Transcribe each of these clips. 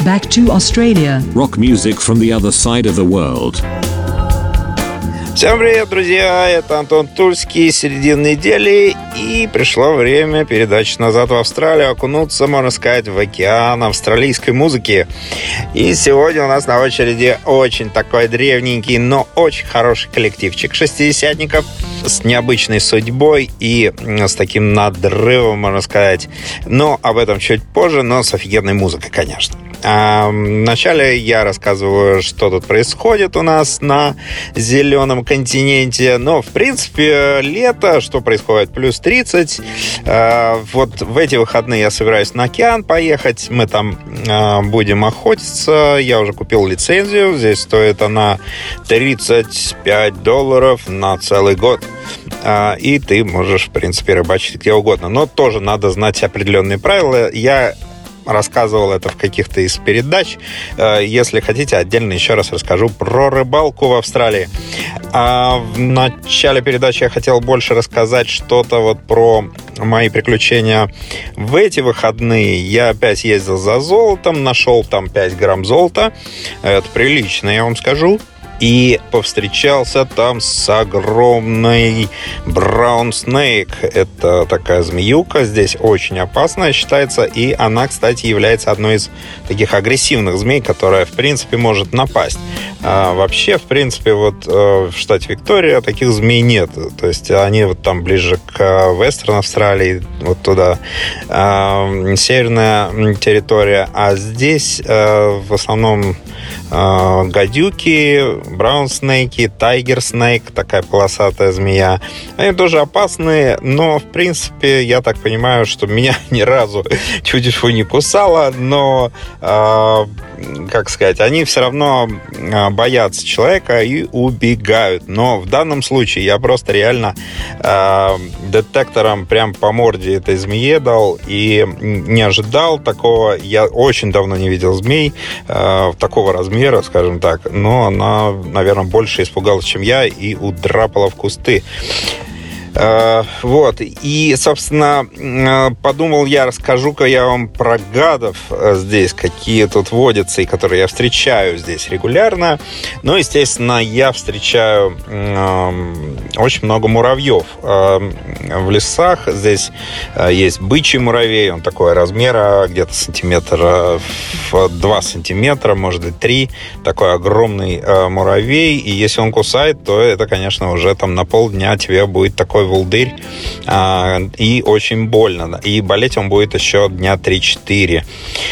back to Australia. Rock music from the other side of the world. Всем привет, друзья! Это Антон Тульский, середина недели, и пришло время передачи назад в Австралию, окунуться, можно сказать, в океан австралийской музыки. И сегодня у нас на очереди очень такой древненький, но очень хороший коллективчик шестидесятников с необычной судьбой и с таким надрывом, можно сказать. Но об этом чуть позже, но с офигенной музыкой, конечно. Вначале я рассказываю, что тут происходит у нас на зеленом континенте. Но, в принципе, лето, что происходит? Плюс 30. Вот в эти выходные я собираюсь на океан поехать. Мы там будем охотиться. Я уже купил лицензию. Здесь стоит она $35 на целый год. И ты можешь, в принципе, рыбачить где угодно. Но тоже надо знать определенные правила. Я рассказывал это в каких-то из передач. Если хотите, отдельно еще раз расскажу про рыбалку в Австралии. В начале передачи я хотел больше рассказать что-то вот про мои приключения в эти выходные. Я опять ездил за золотом, нашел там 5 грамм золота. Это прилично, я вам скажу. И повстречался там с огромной Brown Snake. Это такая змеюка, здесь очень опасная считается. И она, кстати, является одной из таких агрессивных змей, которая, в принципе, может напасть. Вообще, в принципе, вот в штате Виктория таких змей нет. То есть они вот там ближе к Вестерн Австралии, вот туда, северная территория. А здесь в основном гадюки, браун-снейки, тайгер-снейк, такая полосатая змея. Они тоже опасные, но, в принципе, я так понимаю, что меня ни разу чудищу не кусало, но, как сказать, они все равно боятся человека и убегают. Но в данном случае я просто реально детектором прям по морде этой змее дал и не ожидал такого. Я очень давно не видел змей такого размера, скажем так, но она, наверное, больше испугалась, чем я, и удрапала в кусты. Вот, и, собственно, подумал я, расскажу-ка я вам про гадов здесь, какие тут водятся и которые я встречаю здесь регулярно. Ну, естественно, я встречаю очень много муравьев в лесах. Здесь есть бычий муравей, он такого размера, где-то сантиметра в 2 сантиметра, может быть, 3. Такой огромный муравей, и если он кусает, то это, конечно, уже там на полдня тебе будет такой волдырь, и очень больно. И болеть он будет еще дня 3-4.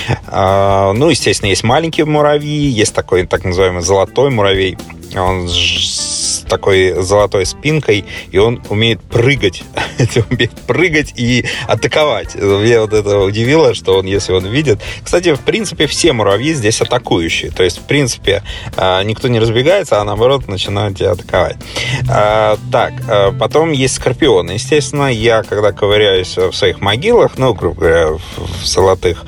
Ну, естественно, есть маленькие муравьи, есть такой так называемый золотой муравей. Он с такой золотой спинкой, и он умеет прыгать. Умеет прыгать и атаковать. Меня вот это удивило, что он, если он видит... Кстати, в принципе, все муравьи здесь атакующие. То есть, в принципе, никто не разбегается, а наоборот начинают тебя атаковать. Так, потом есть скорпионы. Естественно, я, когда ковыряюсь в своих могилах, ну, грубо говоря, в золотых,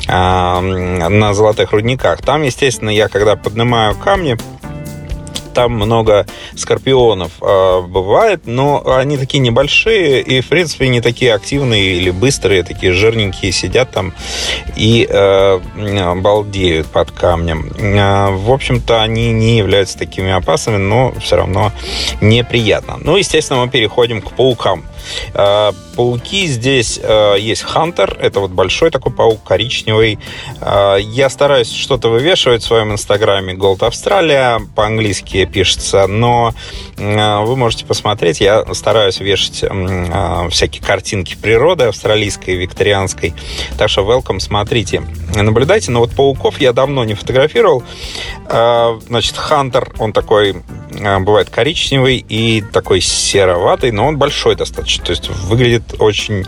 на золотых рудниках, там, естественно, я, когда поднимаю камни, там много скорпионов бывает, но они такие небольшие и, в принципе, не такие активные или быстрые, такие жирненькие, сидят там и балдеют под камнем. В общем-то, они не являются такими опасными, но все равно неприятно. Ну, естественно, мы переходим к паукам. Пауки здесь есть Хантер, это вот большой такой паук, коричневый. Я стараюсь что-то вывешивать в своем инстаграме Gold Australia, по-английски пишется, но вы можете посмотреть, я стараюсь вешать всякие картинки природы австралийской, викторианской, так что welcome, смотрите, наблюдайте. Но вот пауков я давно не фотографировал. Значит, Хантер, он такой бывает коричневый и такой сероватый, но он большой достаточно, то есть выглядит очень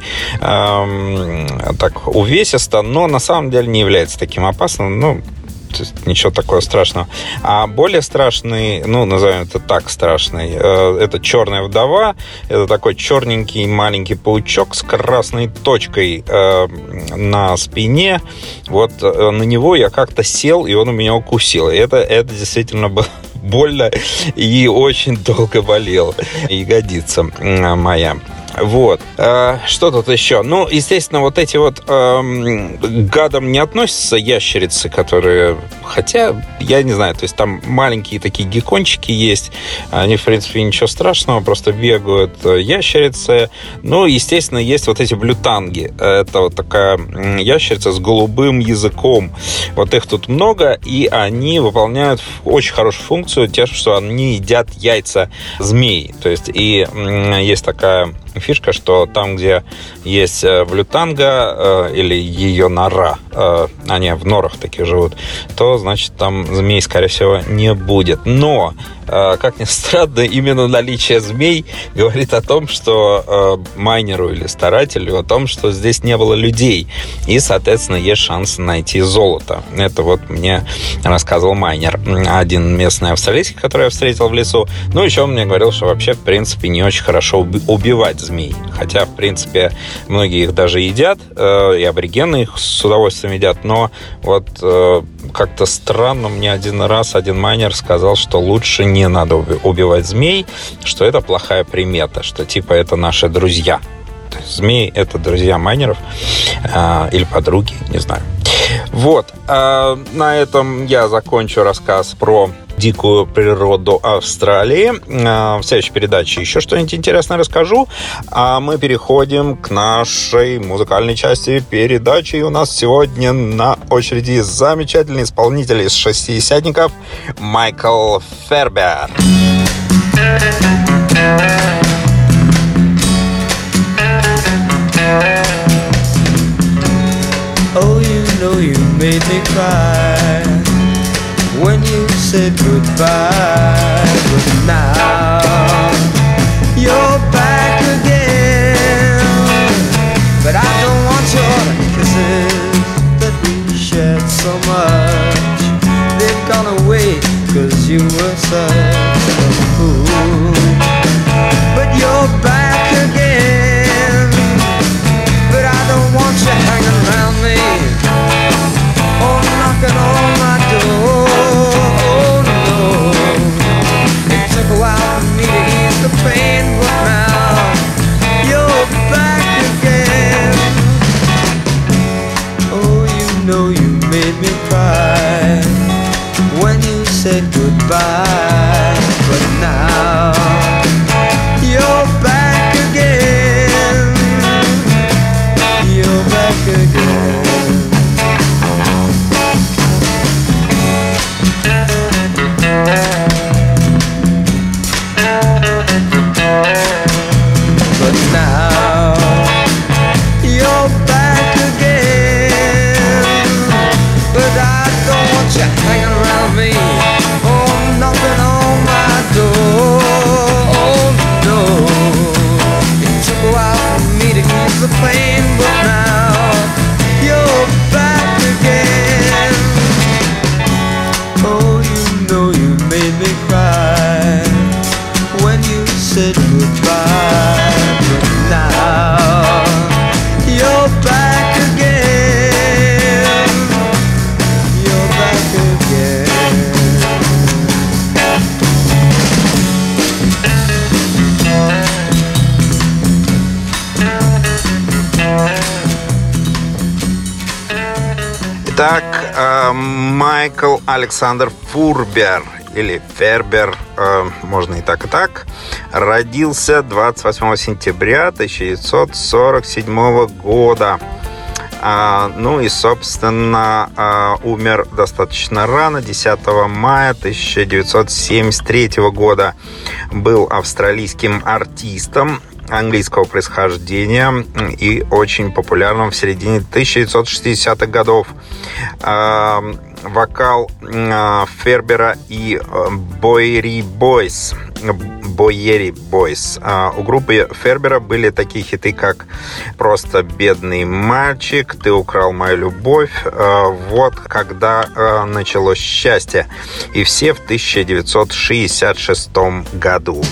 так увесисто, но на самом деле не является таким опасным, ну, то есть ничего такого страшного. А более страшный, ну, назовем это так, страшный, это черная вдова. Это такой черненький маленький паучок с красной точкой на спине. Вот на него я как-то сел, и он у меня укусил. И это действительно было больно и очень долго болела ягодица моя. Вот. Что тут еще? Ну, естественно, вот эти вот к гадам не относятся ящерицы, которые... Хотя, я не знаю, то есть там маленькие такие геккончики есть. Они, в принципе, ничего страшного, просто бегают ящерицы. Ну, естественно, есть вот эти блютанги. Это вот такая ящерица с голубым языком. Вот их тут много, и они выполняют очень хорошую функцию, тем, что они едят яйца змей. То есть, и есть такая фишка, что там, где есть блютанга или ее нора, они в норах таких живут, то, значит, там змей, скорее всего, не будет. Но, как ни странно, именно наличие змей говорит о том, что майнеру или старателю, о том, что здесь не было людей. И, соответственно, есть шанс найти золото. Это вот мне рассказывал майнер. Один местный австралийский, который я встретил в лесу. Ну, еще он мне говорил, что вообще, в принципе, не очень хорошо убивать змей. Хотя, в принципе, многие их даже едят, и аборигены их с удовольствием едят. Но вот как-то странно мне один раз один майнер сказал, что лучше не надо убивать змей, что это плохая примета, что типа это наши друзья. То есть змеи — это друзья майнеров или подруги, не знаю. Вот. На этом я закончу рассказ про дикую природу Австралии. В следующей передаче еще что-нибудь интересное расскажу. А мы переходим к нашей музыкальной части передачи. И у нас сегодня на очереди замечательный исполнитель из шестидесятников Майкл Фербер. Oh, you know you made me cry when you said goodbye. But now you're back again. But I don't want your kisses that we shared so much. They've gone away 'cause you were such a fool. But you're back again. But I don't want you hanging around me or knocking on my door. Oh no, it took a while for me to ease the pain, but now you're back again. Oh, you know you made me cry when you said goodbye, but now you're back again. You're back again. But now you're back again. But I don't want you hanging around me or knocking on my door. Oh no, it took a while for me to ease the pain, but now you're back again. Oh, you know you made me cry when you said goodbye, but now you're back again. You're back again. Итак, Майкл Александр Фурбер, или Фербер, можно и так, родился 28 сентября 1947 года. Ну и, собственно, умер достаточно рано, 10 мая 1973 года. Был австралийским артистом английского происхождения и очень популярным в середине 1960-х годов. Вокал Фербера и Боери Бойс. У группы Фербера были такие хиты, как «Просто бедный мальчик», «Ты украл мою любовь», «Вот когда началось счастье». И все в 1966 году.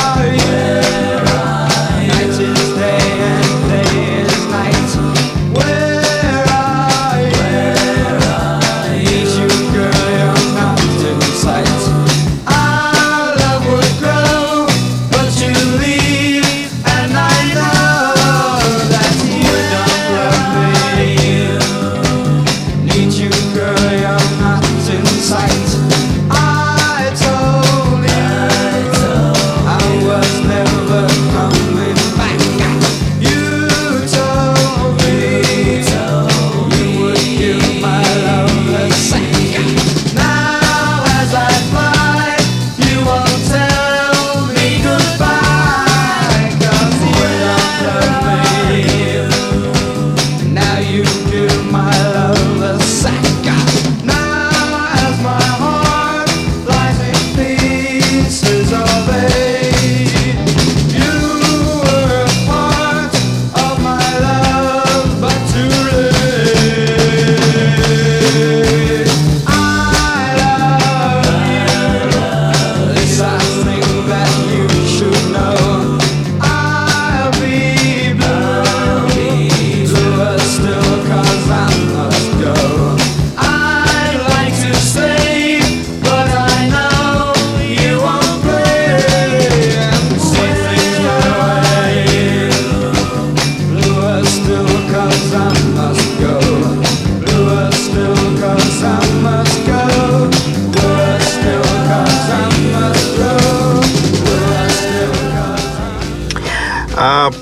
Where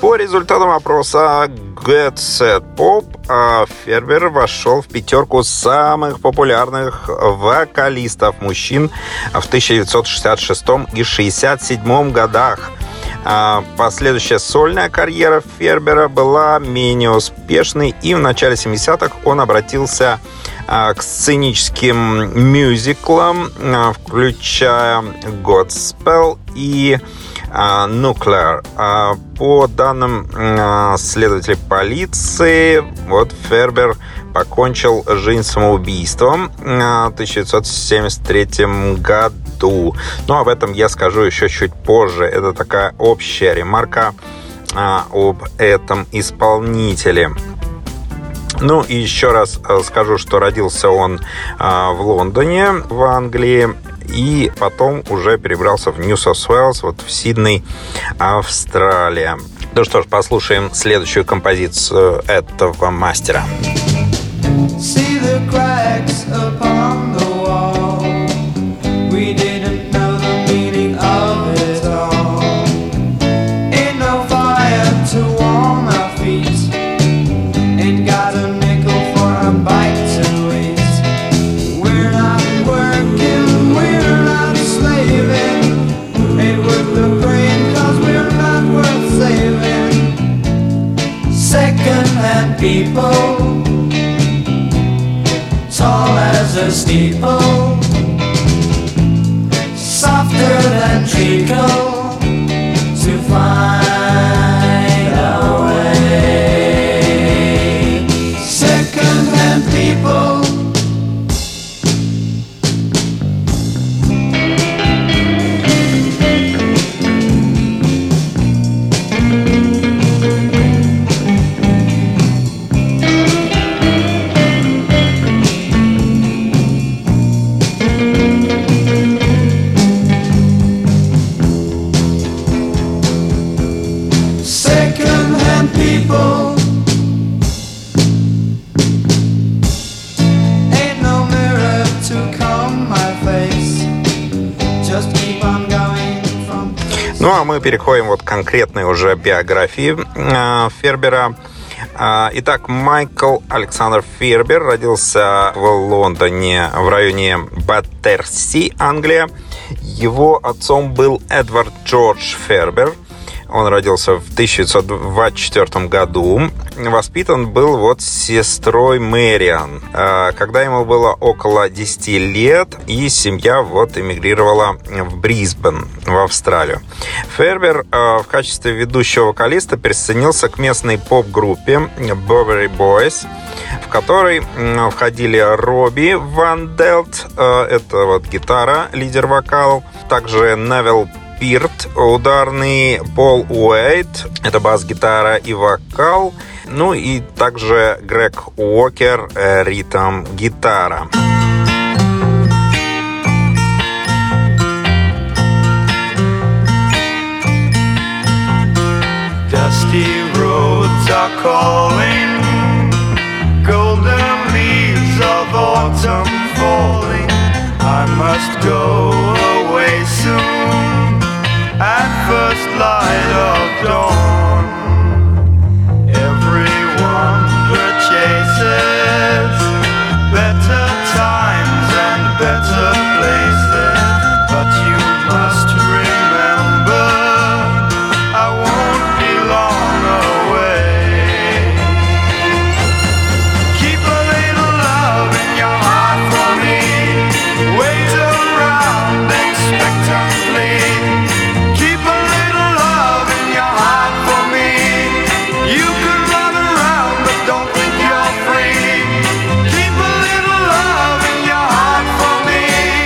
По результатам опроса Get Set Pop Фербер вошел в пятерку самых популярных вокалистов мужчин в 1966 и 1967 годах. Последующая сольная карьера Фербера была менее успешной, и в начале 70-х он обратился к сценическим мюзиклам, включая Godspell и Nuclear. По данным следователей полиции, Фербер покончил жизнь самоубийством в 1973 году. Но об этом я скажу еще чуть позже. Это такая общая ремарка об этом исполнителе. Ну и еще раз скажу, что родился он в Лондоне, в Англии, и потом уже перебрался в Нью-Саус-Уэллс, в Сидней, Австралия. Ну что ж, послушаем следующую композицию этого мастера. See the cracks upon the wall. We didn't know the meaning of it all. Ain't no fire to warm our feet. Ain't got a nickel for a bite to eat. We're not working, we're not slaving. Ain't worth the brain, 'cause we're not worth saving. Second-hand people, tall as a steeple, softer than treacle, to find our way. Second-hand people, people. Ain't no mirror to comb my face. Just keep on going from... Ну, а мы переходим к конкретной уже биографии Фербера. Итак, Майкл Александр Фербер родился в Лондоне в районе Баттерси, Англия. Его отцом был Эдвард Джордж Фербер. Он родился в 1924 году. Воспитан был с сестрой Мэриан, когда ему было около 10 лет, и семья эмигрировала в Брисбен, в Австралию. Фербер в качестве ведущего вокалиста присоединился к местной поп-группе Bowery Boys, в которой входили Робби Ван Делт, это гитара, лидер вокал, также Невил Пирт, ударный, Пол Уэйт, это бас-гитара и вокал, ну и также Грег Уокер, ритм-гитара. Dusty roads are calling, golden leaves of autumn falling. I must go away soon. At first light of dawn, everyone chases better times and better places, but you must remember I won't be long away. Keep a little love in your heart for me. Wait around expectantly. Don't think you're free. Keep a little love in your heart for me.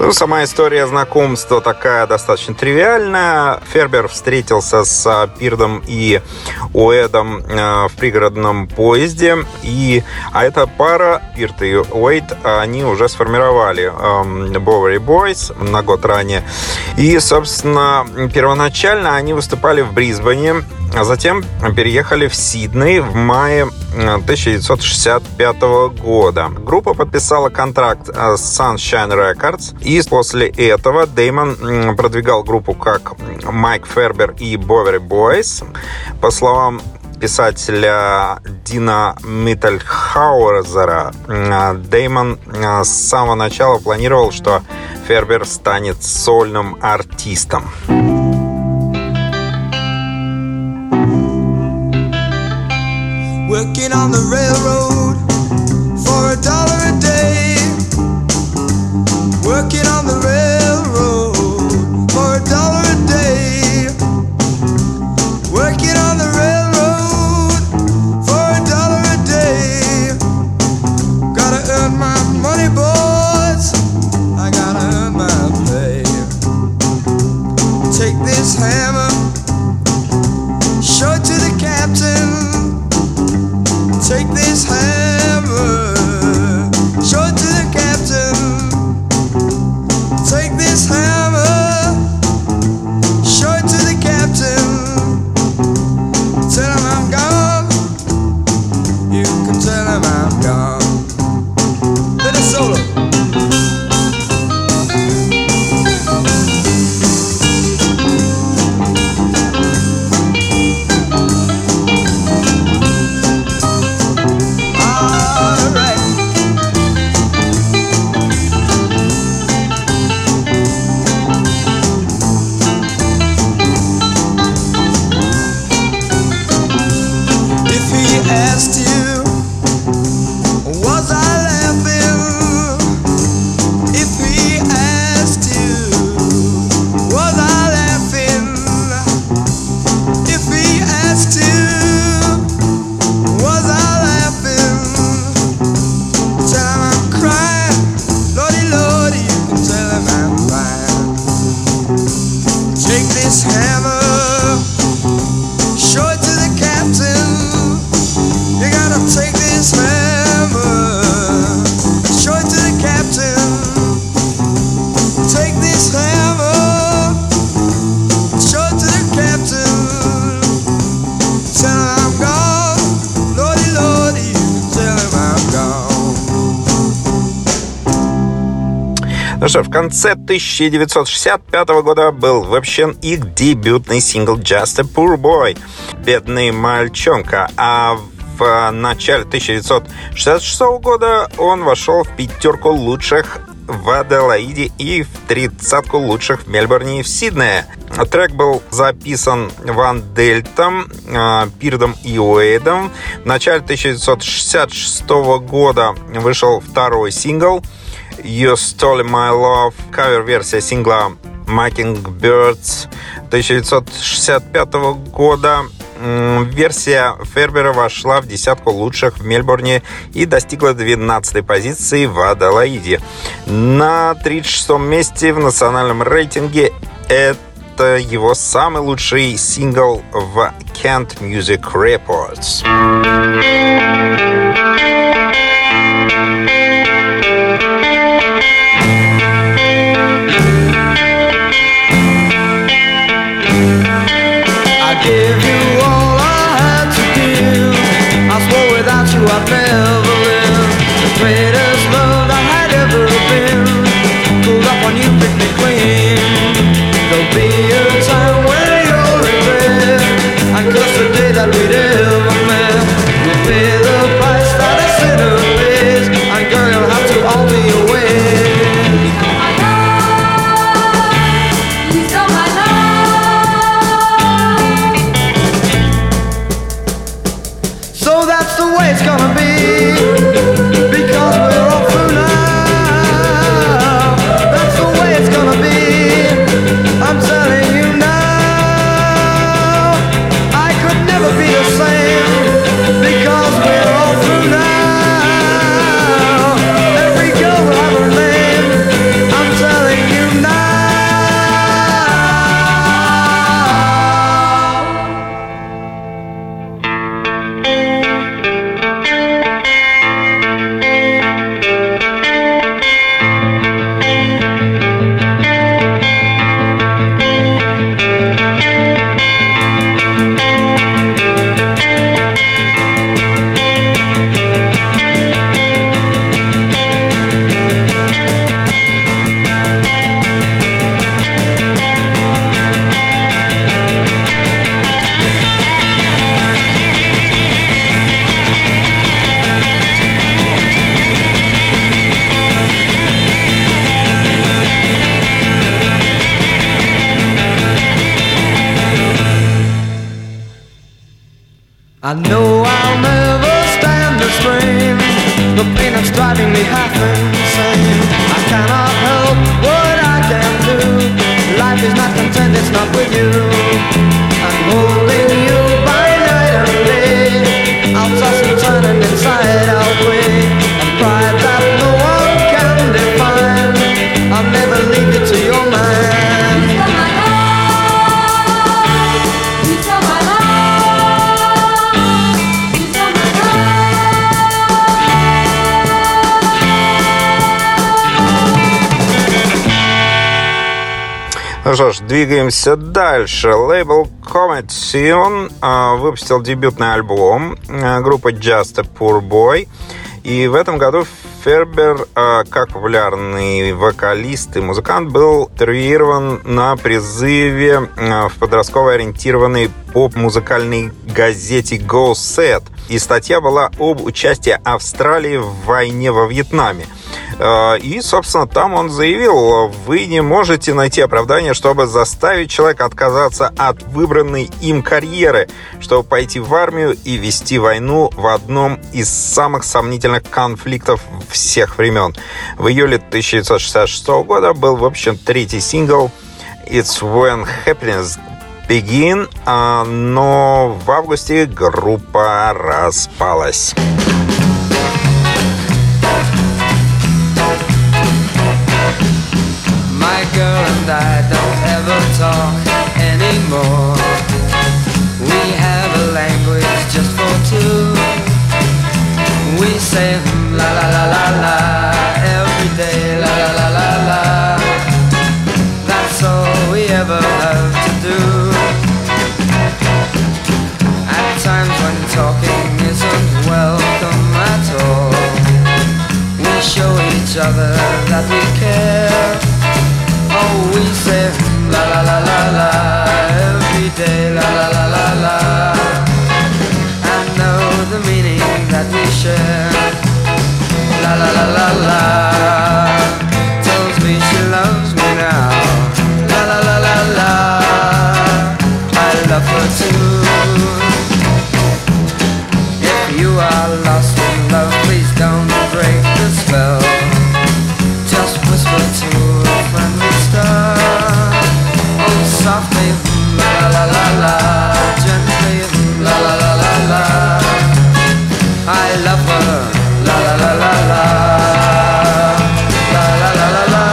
Ну, сама история знакомства такая достаточно тривиальная. Фербер встретился с Пирдом и Уэдом в пригородном поезде. А эта пара, Пирд и Уэйд, они уже сформировали Bowery Boys на год ранее. И, собственно, первоначально они выступали в Брисбене, а затем переехали в Сидней в мае 1965 года. Группа подписала контракт с Sunshine Records, и после этого Дэймон продвигал группу как Майк Фербер и Bowery Boys. По словам писателя Дина Миттельхаузера, Дэймон с самого начала планировал, что Фербер станет сольным артистом. Working on the railroad for $1 a day. Working on the railroad for $1 a day. Working on the railroad for $1 a day. Gotta earn my money, boys. I gotta earn my pay. Take this hammer, show it to the captain. Take this hammer, show it to the captain. Take this hammer, show it to the captain. Tell him I'm gone, you can tell him I'm gone. Let it solo. Asked you, was I laughing? If he asked you, was I laughing? If he asked you, was I laughing? Tell him I'm crying, Lordy, Lordy, you can tell him I'm crying. Take this hammer, show it to the captain. You gotta take this hammer, show it to the captain. Take this hammer, show it to the captain. Tell him I'm gone, Lordy, Lordy, tell him I'm gone. Ну что, в конце 1965 года был выпущен их дебютный сингл «Just a Poor Boy» — «Бедный мальчонка», а в начале 1966 года он вошел в 5 лучших в Аделаиде и в 30 лучших в Мельбурне и в Сиднее. Трек был записан Ван Дельтом, Пирдом и Уэйдом. В начале 1966 года вышел второй сингл «You Stole My Love», кавер-версия сингла «Mockingbirds» 1965 года. Версия Фербера вошла в 10 лучших в Мельбурне и достигла 12-й позиции в Аделаиде. На 36-м месте в национальном рейтинге это его самый лучший сингл в Kent Music Reports. I've never lived the greatest love I had ever been. Pulled up on you, pick me clean. There'll be a time when you'll regret and curse the day that we'd ever met. You'll pay the price that a sinner pays, and girl, you'll have to all be away. You stole my love. So that's the way it's gonna be. Because we're all through now. That's the way it's gonna be. I'm telling you now. I could never be the same. Because we're all through now. Every girl will have her name. I'm telling I know I'll never stand the strain, the pain that's driving me half insane. I cannot help what I can do. Life is not content, it's not with you. I'm holding you by night and day. I'll toss and turn and inside out way. A pride that no one can define. I'll never leave you to your mind. Ну что ж, двигаемся дальше. Лейбл Comet Sion выпустил дебютный альбом группы Just a Poor Boy. И в этом году Фербер, как популярный вокалист и музыкант, был интервьюирован на призыве в подростково ориентированной поп-музыкальной газете Go Set. И статья была об участии Австралии в войне во Вьетнаме. И, собственно, там он заявил: вы не можете найти оправдание, чтобы заставить человека отказаться от выбранной им карьеры, чтобы пойти в армию и вести войну в одном из самых сомнительных конфликтов всех времен. В июле 1966 года был выпущен третий сингл «It's When Happiness Begin», но в августе группа распалась. My girl and I don't ever talk anymore. We have a language just for two. We say la la la la la every day, la la la la la. That's all we ever have to do. At times when talking isn't welcome at all, we show each other that we care. Oh, we say la la la la la every day, la la la la la. I know the meaning that we share. La la la la la. Tells me she loves me now. La la la la la. I love her too. If you are lost in love, please don't break the spell. Just whisper to a friendly star. Oh, softly, la la la la. Gently, la la la la la. I love her, la la la la la. La la la la la.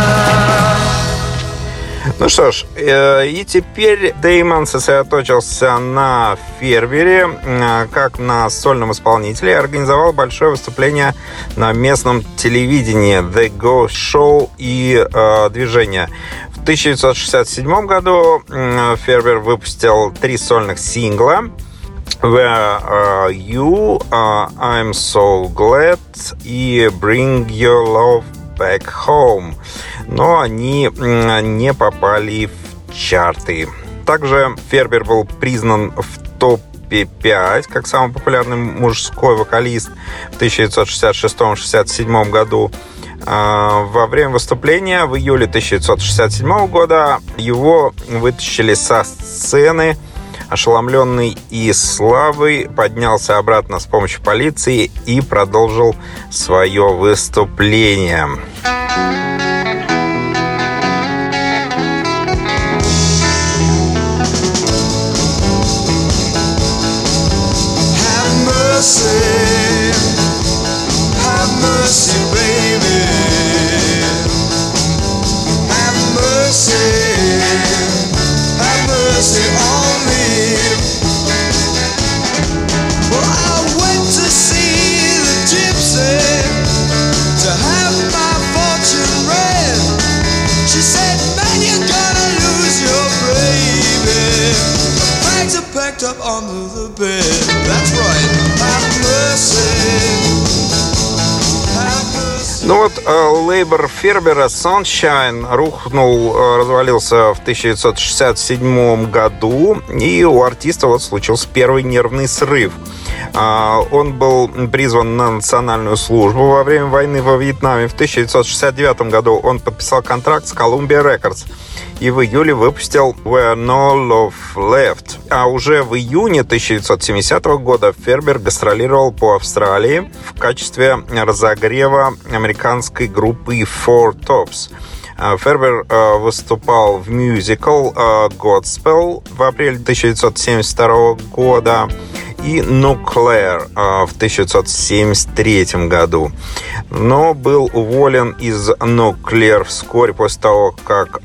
Ну что ж, и теперь Дэймон сосредоточился на Фербере, как на сольном исполнителе, и организовал большое выступление на местном телевидении The Go Show и движение. В 1967 году Фербер выпустил 3 сольных сингла: Where Are You, I'm So Glad и Bring Your Love Back Home. Но они не попали в чарты. Также Фербер был признан в топе 5 как самый популярный мужской вокалист в 1966-67 году. Во время выступления в июле 1967 года его вытащили со сцены. Ошеломленный и славой поднялся обратно с помощью полиции и продолжил свое выступление. Have mercy, baby. Have mercy on me. Well, I went to see the gypsy to have my fortune read. She said, man, you're gonna lose your baby. The bags are packed up under the bed. That's right. Have mercy. Ну вот, лейбл Фербера Sunshine рухнул, развалился в 1967 году, и у артиста вот случился первый нервный срыв. Он был призван на национальную службу во время войны во Вьетнаме. В 1969 году он подписал контракт с Columbia Records и в июле выпустил Where No Love Left. А уже в июне 1970 года Фербер гастролировал по Австралии в качестве разогрева американской группы Four Tops. Фербер выступал в мюзикл «Godspell» в апреле 1972 года и «Nuclear» в 1973 году. Но был уволен из «Nuclear» вскоре после того, как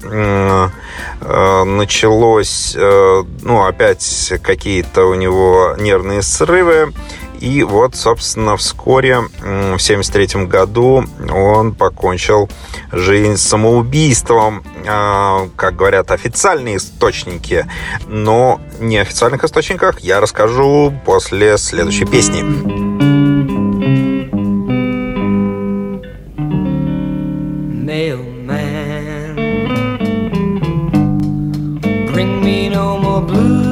началось, опять какие-то у него нервные срывы. И вот, собственно, вскоре, в 1973 году, он покончил жизнь самоубийством, как говорят официальные источники. Но в неофициальных источниках я расскажу после следующей песни. Mailman, bring me no more blues.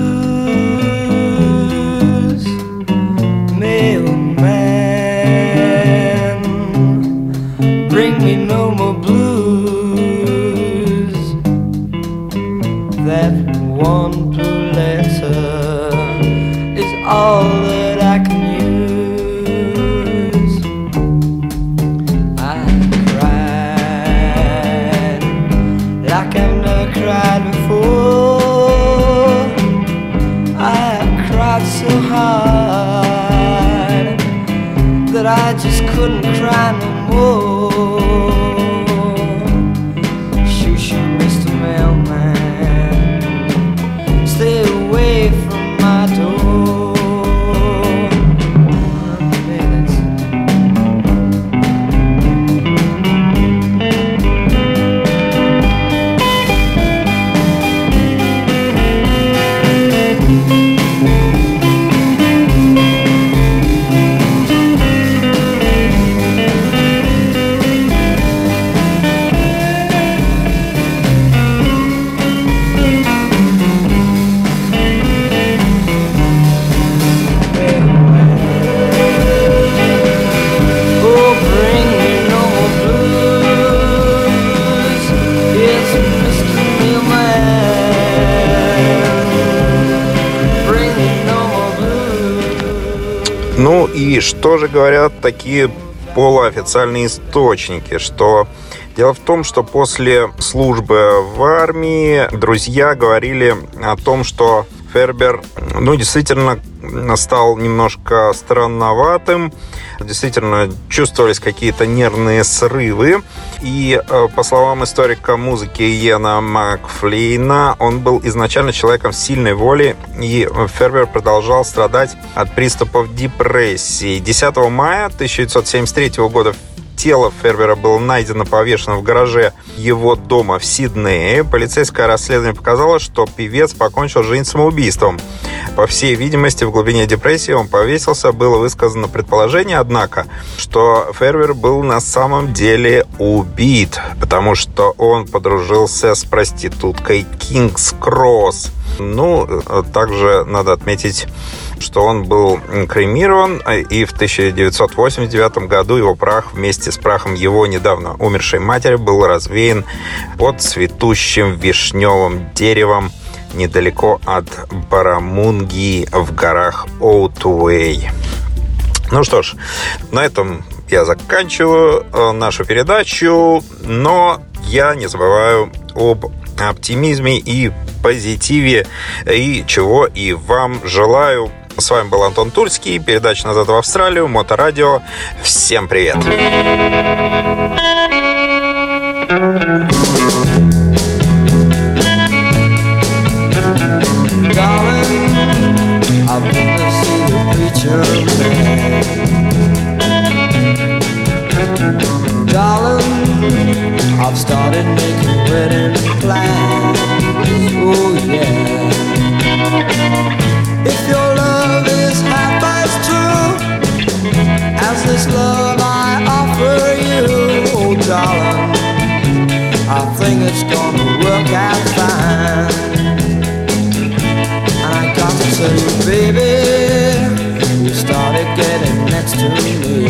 Bring me no more blues. That one blue letter is all that I can use. I cried like I've never cried before. I cried so hard that I just couldn't cry no more. Shoo shoo, Mr. Mailman, stay away from my door. Ну и что же говорят такие полуофициальные источники? Что дело в том, что после службы в армии друзья говорили о том, что Фербер, действительно стал немножко странноватым. Действительно чувствовались какие-то нервные срывы. И, по словам историка музыки Иена Макфлина, он был изначально человеком сильной воли, и Фербер продолжал страдать от приступов депрессии. 10 мая 1973 года тело Фербера было найдено повешенным в гараже его дома в Сиднее. Полицейское расследование показало, что певец покончил жизнь самоубийством. По всей видимости, в глубине депрессии он повесился. Было высказано предположение, однако, что Фербер был на самом деле убит, потому что он подружился с проституткой Кингс Кросс. Также надо отметить, что он был кремирован, и в 1989 году его прах вместе с прахом его недавно умершей матери был развеян под цветущим вишневым деревом недалеко от Барамунги в горах Оутуэй. Ну что ж, на этом я заканчиваю нашу передачу, но я не забываю об оптимизме и позитиве, и чего и вам желаю. С вами был Антон Тульский, передача «Назад в Австралию», Моторадио. Всем привет! I've started making wedding plans. Oh yeah. If your love is half as true as this love I offer you, oh darling. sitting next to me.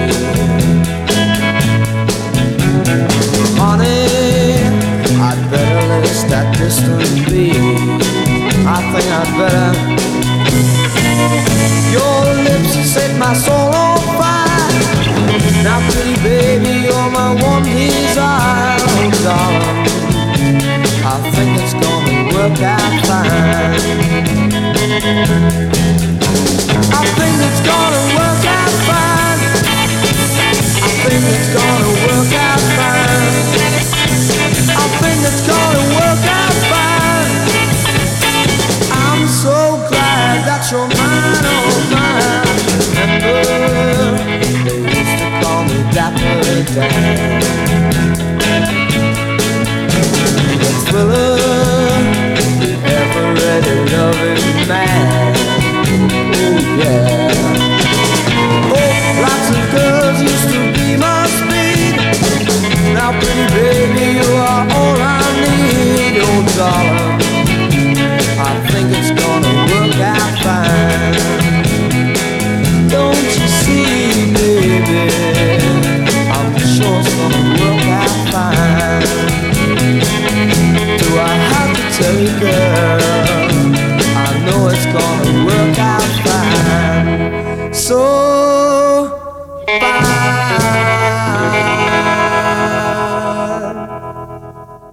Honey, I'd better let that distance be. I think I'd better. Your lips set my soul on fire. Now pretty baby, you're my one desire. Oh darling, I think it's gonna work out fine.